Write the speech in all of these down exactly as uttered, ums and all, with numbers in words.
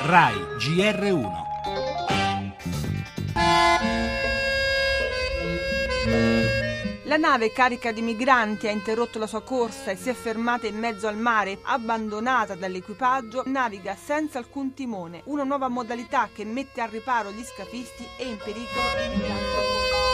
Rai G R uno. La nave carica di migranti ha interrotto la sua corsa e si è fermata in mezzo al mare. Abbandonata dall'equipaggio, naviga senza alcun timone, una nuova modalità che mette al riparo gli scafisti e in pericolo i migranti.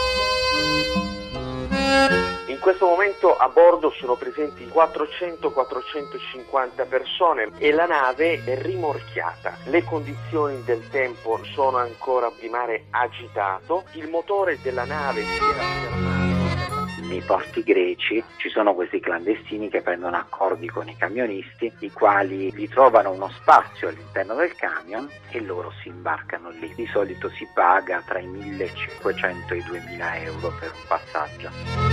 In questo momento a bordo sono presenti quattrocento quattrocentocinquanta persone e la nave è rimorchiata. Le condizioni del tempo sono ancora di mare agitato, il motore della nave si era fermato. Nei porti greci ci sono questi clandestini che prendono accordi con i camionisti, i quali gli trovano uno spazio all'interno del camion e loro si imbarcano lì. Di solito si paga tra i millecinquecento e i duemila euro per un passaggio.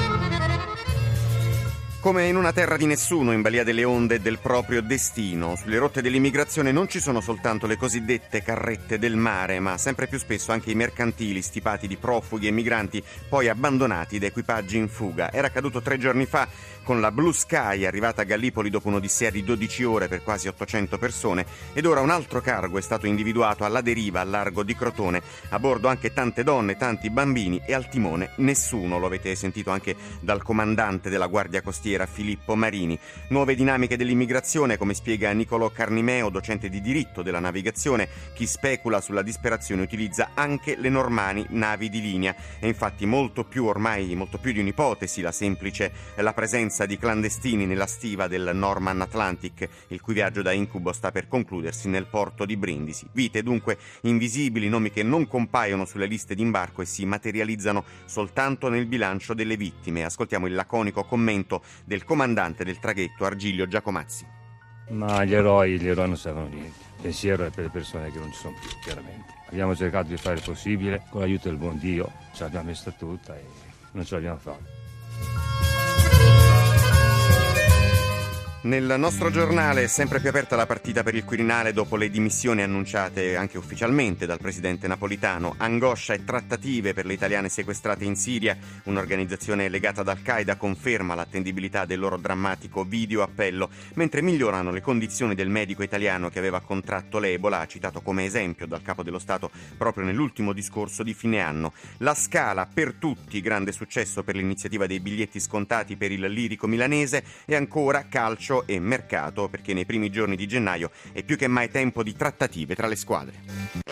Come in una terra di nessuno, in balia delle onde e del proprio destino, sulle rotte dell'immigrazione non ci sono soltanto le cosiddette carrette del mare, ma sempre più spesso anche i mercantili stipati di profughi e migranti poi abbandonati da equipaggi in fuga. Era accaduto tre giorni fa con la Blue Sky, arrivata a Gallipoli dopo un'odissea di dodici ore per quasi ottocento persone, ed ora un altro cargo è stato individuato alla deriva al largo di Crotone. A bordo anche tante donne, tanti bambini e al timone nessuno, lo avete sentito anche dal comandante della Guardia Costiera Filippo Marini. Nuove dinamiche dell'immigrazione, come spiega Niccolò Carnimeo, docente di diritto della navigazione. Chi specula sulla disperazione utilizza anche le normali navi di linea. E infatti molto più ormai, molto più di un'ipotesi, la semplice la presenza di clandestini nella stiva del Norman Atlantic, il cui viaggio da incubo sta per concludersi nel porto di Brindisi. Vite dunque invisibili, nomi che non compaiono sulle liste d'imbarco e si materializzano soltanto nel bilancio delle vittime. Ascoltiamo il laconico commento del comandante del traghetto Argilio Giacomazzi. Ma gli eroi, gli eroi non servono niente. Il pensiero è per le persone che non ci sono più, chiaramente. Abbiamo cercato di fare il possibile, con l'aiuto del buon Dio, ce l'abbiamo messa tutta e non ce l'abbiamo fatta. Nel nostro giornale è sempre più aperta la partita per il Quirinale dopo le dimissioni annunciate anche ufficialmente dal presidente Napolitano. Angoscia e trattative per le italiane sequestrate in Siria. Un'organizzazione legata ad Al-Qaeda conferma l'attendibilità del loro drammatico video appello, mentre migliorano le condizioni del medico italiano che aveva contratto l'Ebola, citato come esempio dal capo dello Stato proprio nell'ultimo discorso di fine anno. La Scala per tutti, grande successo per l'iniziativa dei biglietti scontati per il lirico milanese, e ancora calcio e mercato, perché nei primi giorni di gennaio è più che mai tempo di trattative tra le squadre.